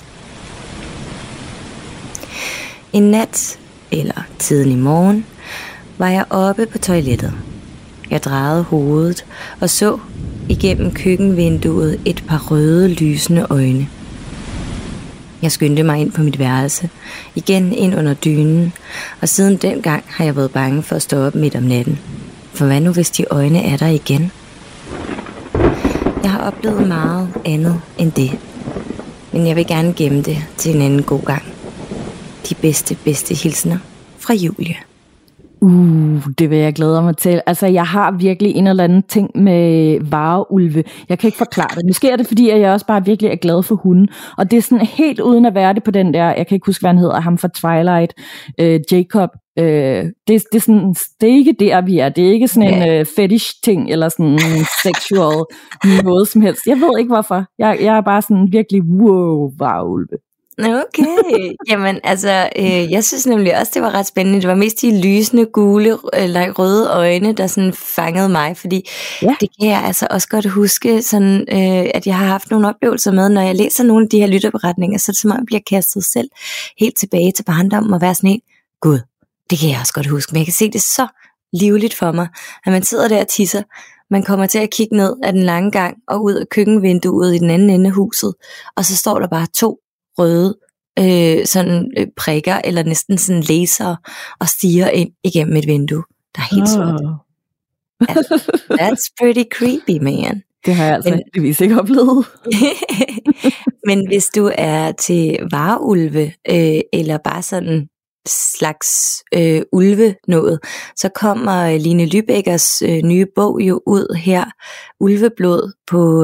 En nat, eller tiden i morgen, var jeg oppe på toilettet. Jeg drejede hovedet og så igennem køkkenvinduet et par røde, lysende øjne. Jeg skyndte mig ind på mit værelse, igen ind under dynen, og siden dengang har jeg været bange for at stå op midt om natten. For hvad nu, hvis de øjne er der igen? Jeg har oplevet meget andet end det, men jeg vil gerne gemme det til en anden god gang. De bedste hilsener fra Julie. Det vil jeg glæde mig til. Altså, jeg har virkelig en eller anden ting med vareulve. Jeg kan ikke forklare det. Måske er det, fordi jeg også bare virkelig er glad for hunden. Og det er sådan helt uden at være det på den der, jeg kan ikke huske, hvad han hedder, ham fra Twilight, Jacob. Det er sådan, det er ikke der, vi er. Det er ikke sådan en fetish-ting, eller sådan sexual noget som helst. Jeg ved ikke, hvorfor. Jeg er bare sådan virkelig, wow, vareulve. Okay, jamen altså, jeg synes nemlig også, det var ret spændende. Det var mest de lysende, gule, eller røde øjne, der sådan fangede mig, fordi det kan jeg altså også godt huske, sådan, at jeg har haft nogle oplevelser med, når jeg læser nogle af de her lytterberetninger, så er det som om, jeg bliver kastet selv helt tilbage til barndommen og være sådan helt, gud, det kan jeg også godt huske, men jeg kan se det så livligt for mig, at man sidder der og tisser, man kommer til at kigge ned af den lange gang og ud af køkkenvinduet i den anden ende af huset, og så står der bare 2 røde prikker, eller næsten sådan laser, og stiger ind igennem et vindue. der er helt sort. That's pretty creepy, man. Det har jeg altså heldigvis ikke oplevet. Men hvis du er til varulve, eller bare sådan slags ulvenået, så kommer Line Lybækkers nye bog jo ud her, Ulveblod, på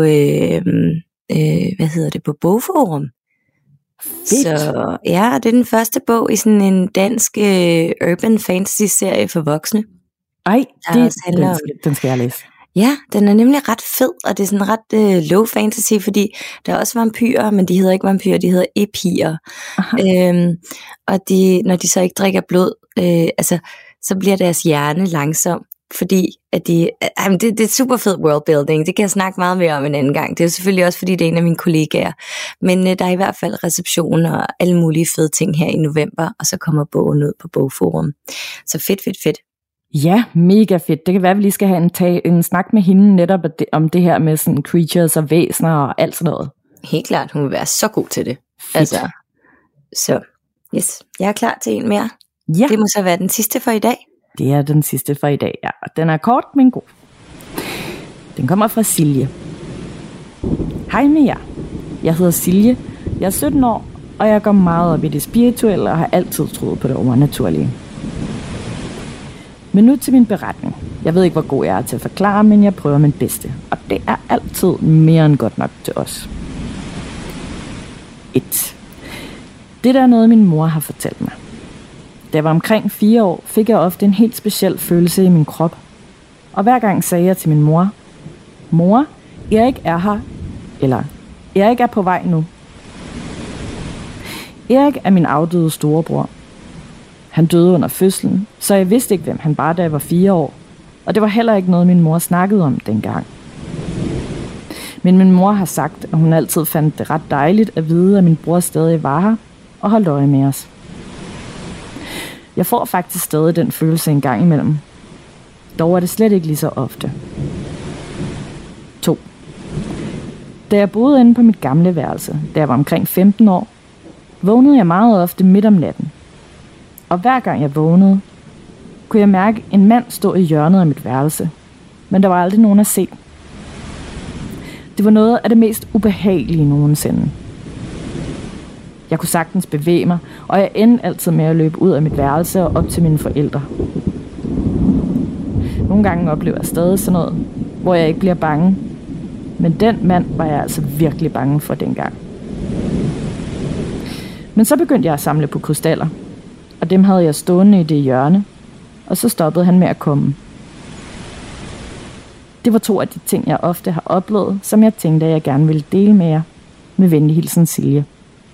på Bogforum. Fedt. Så ja, det er den første bog i sådan en dansk urban fantasy serie for voksne. Ej, den skal jeg læse. Ja, den er nemlig ret fed, og det er sådan ret low fantasy, fordi der er også vampyrer, men de hedder ikke vampyrer, de hedder epirer. Og når de så ikke drikker blod, så bliver deres hjerne langsom, fordi at det er super fed worldbuilding. Det kan jeg snakke meget mere om en anden gang. Det er jo selvfølgelig også, fordi det er en af mine kollegaer. Men der er i hvert fald reception og alle mulige fede ting her i november, og så kommer bogen ud på Bogforum. Så fedt. Ja, mega fedt. Det kan være, at vi lige skal have en snak med hende netop om det her med sådan creatures og væsener og alt sådan noget. Helt klart, hun vil være så god til det. Altså, så yes, jeg er klar til en mere. Ja. Det må så være den sidste for i dag. Det er den sidste for i dag, ja. Og den er kort, men god. Den kommer fra Silje. Hej med jer. Jeg hedder Silje. Jeg er 17 år, og jeg går meget op i det spirituelle og har altid troet på det overnaturlige. Men nu til min beretning. Jeg ved ikke, hvor god jeg er til at forklare, men jeg prøver mit bedste. Og det er altid mere end godt nok til os. 1. Det der er noget, min mor har fortalt mig. Da jeg var omkring 4 år, fik jeg ofte en helt speciel følelse i min krop. Og hver gang sagde jeg til min mor, mor, Erik er her, eller Erik er på vej nu. Erik er min afdøde storebror. Han døde under fødslen, så jeg vidste ikke, hvem han var, da jeg var 4 år. Og det var heller ikke noget, min mor snakkede om dengang. Men min mor har sagt, at hun altid fandt det ret dejligt at vide, at min bror stadig var her og holdt øje med os. Jeg får faktisk stadig den følelse en gang imellem. Dog er det slet ikke lige så ofte. 2. Da jeg boede inde på mit gamle værelse, da jeg var omkring 15 år, vågnede jeg meget ofte midt om natten. Og hver gang jeg vågnede, kunne jeg mærke en mand stå i hjørnet af mit værelse. Men der var aldrig nogen at se. Det var noget af det mest ubehagelige nogensinde. Jeg kunne sagtens bevæge mig, og jeg endte altid med at løbe ud af mit værelse og op til mine forældre. Nogle gange oplever jeg stadig sådan noget, hvor jeg ikke bliver bange. Men den mand var jeg altså virkelig bange for dengang. Men så begyndte jeg at samle på krystaller, og dem havde jeg stående i det hjørne, og så stoppede han med at komme. Det var 2 af de ting, jeg ofte har oplevet, som jeg tænkte, at jeg gerne ville dele med jer. Med venlig hilsen, Silje.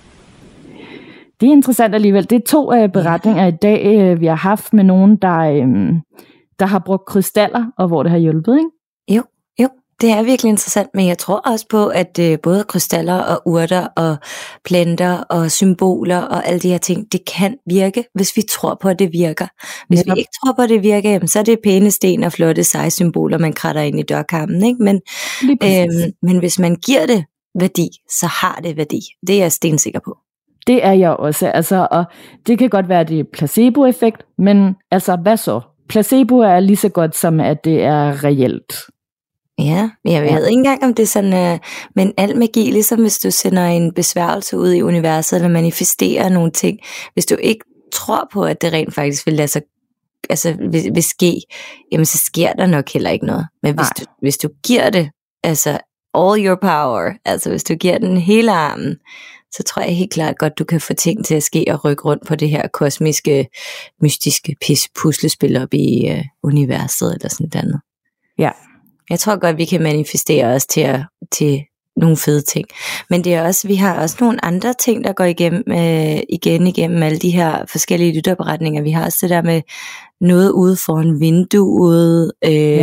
Det er interessant alligevel. Det er 2 beretninger i dag, vi har haft med nogen, der har brugt krystaller, og hvor det har hjulpet, ikke? Jo. Det er virkelig interessant, men jeg tror også på, at både krystaller og urter og planter og symboler og alle de her ting, det kan virke, hvis vi tror på, at det virker. Hvis vi ikke tror på, at det virker, så er det pæne sten og flotte seje symboler, man kratter ind i dørkarmen, ikke? Men hvis man giver det værdi, så har det værdi. Det er jeg stensikker på. Det er jeg også, og det kan godt være, at det er placebo-effekt, men altså, hvad så? Placebo er lige så godt, som at det er reelt. Ja, jeg ved ikke engang, om det er sådan, men al magi, ligesom hvis du sender en besværgelse ud i universet, eller manifesterer nogle ting, hvis du ikke tror på, at det rent faktisk vil lade sig, altså vil ske, jamen så sker der nok heller ikke noget. Men hvis du giver det, altså all your power, altså hvis du giver den hele armen, så tror jeg helt klart godt, du kan få ting til at ske og rykke rundt på det her kosmiske, mystiske puslespil op i universet, eller sådan noget. Ja. Jeg tror godt, vi kan manifestere os til nogle fede ting. Men det er også, vi har også nogle andre ting, der går igennem alle de her forskellige lytterberetninger. Vi har også det der med noget ude foran vinduet,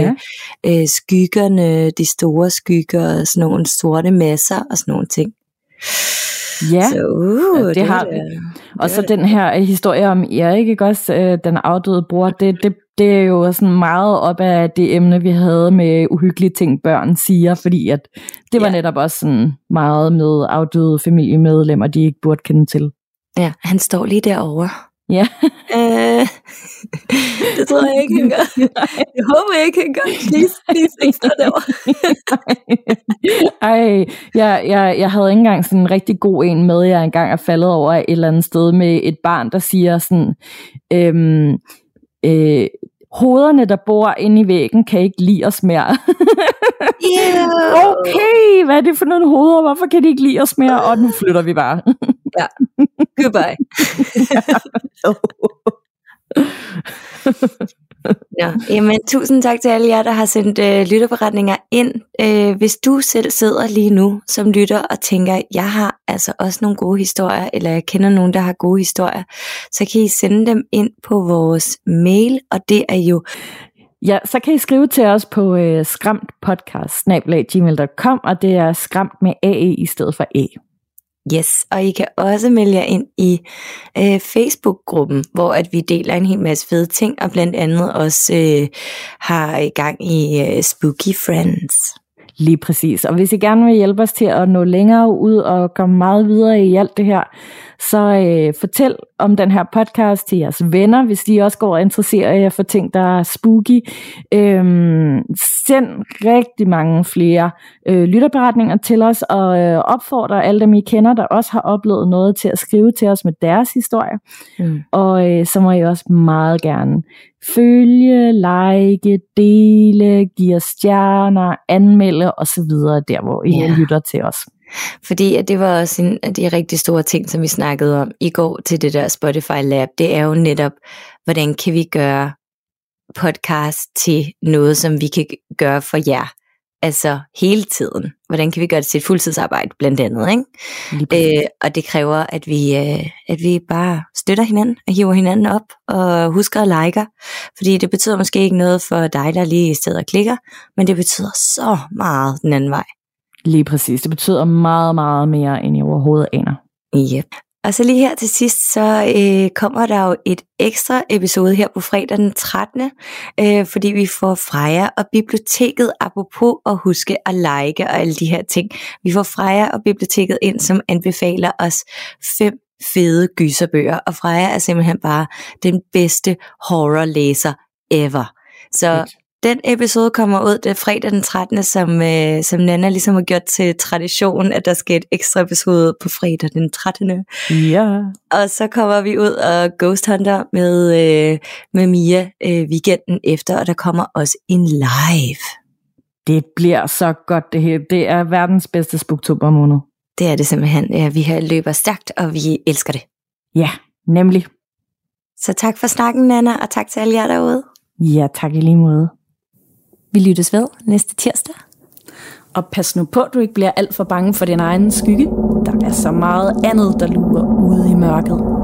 skyggerne, de store skygger, sådan nogle sorte masser og sådan nogle ting. Ja, så, det har vi. Og så den her historie om Erik, ikke også, den afdøde bror, det er jo sådan meget op af det emne, vi havde med uhyggelige ting, børn siger, fordi at det var netop også sådan meget med afdøde familiemedlemmer, de ikke burde kende til. Ja, han står lige derovre. Ja. Det tror jeg ikke, han gør. Jeg håber ikke, han gør. Please, ikke stå derovre. Jeg havde ikke engang sådan en rigtig god en med, jeg engang er faldet over et eller andet sted med et barn, der siger sådan, hovederne, der bor inde i væggen, kan ikke lide os mere. Okay, hvad er det for nogle hoveder? Hvorfor kan de ikke lide os mere? Og nu flytter vi bare. Ja, goodbye. Ja, jamen, tusind tak til alle jer, der har sendt lytterberetninger ind. Hvis du selv sidder lige nu som lytter og tænker, jeg har altså også nogle gode historier, eller jeg kender nogen, der har gode historier, så kan I sende dem ind på vores mail, og det er jo... Ja, så kan I skrive til os på skramtpodcast@gmail.com, og det er skramt med AE i stedet for E. Yes, og I kan også melde jer ind i Facebook-gruppen, hvor at vi deler en hel masse fede ting, og blandt andet også har i gang i Spooky Friends. Lige præcis, og hvis I gerne vil hjælpe os til at nå længere ud og komme meget videre i alt det her, så fortæl om den her podcast til jeres venner, hvis de også går og interesserer jer for ting, der er spooky. Send rigtig mange flere lytterberetninger til os, og opfordrer alle dem, I kender, der også har oplevet noget, til at skrive til os med deres historie. Og så må I også meget gerne følge, like, dele, give os stjerner, anmelde osv. der, hvor I lytter til os. Fordi at det var også en af de rigtig store ting, som vi snakkede om i går til det der Spotify Lab. Det er jo netop, hvordan kan vi gøre podcast til noget, som vi kan gøre for jer. Altså hele tiden. Hvordan kan vi gøre det til et fuldtidsarbejde, blandt andet, ikke? Og det kræver, at vi bare støtter hinanden og hiver hinanden op og husker at liker. Fordi det betyder måske ikke noget for dig, der lige i stedet og klikker, men det betyder så meget den anden vej. Lige præcis. Det betyder meget, meget mere, end I overhovedet aner. Yep. Og så lige her til sidst, så kommer der jo et ekstra episode her på fredag den 13. Fordi vi får Freja og biblioteket, apropos at huske at like og alle de her ting. Vi får Freja og biblioteket ind, som anbefaler os 5 fede gyserbøger. Og Freja er simpelthen bare den bedste horrorlæser ever. Så den episode kommer ud det fredag den 13. Som Nana ligesom har gjort til tradition, at der skal et ekstra episode på fredag den 13. Ja. Og så kommer vi ud og Ghost Hunter med Mia weekenden efter, og der kommer også en live. Det bliver så godt det her. Det er verdens bedste spooktober måned. Det er det simpelthen. Ja, vi her løber stærkt, og vi elsker det. Ja, nemlig. Så tak for snakken, Nana, og tak til alle jer derude. Ja, tak i lige måde. Vi lyttes ved næste tirsdag. Og pas nu på, at du ikke bliver alt for bange for din egen skygge. Der er så meget andet, der lurer ude i mørket.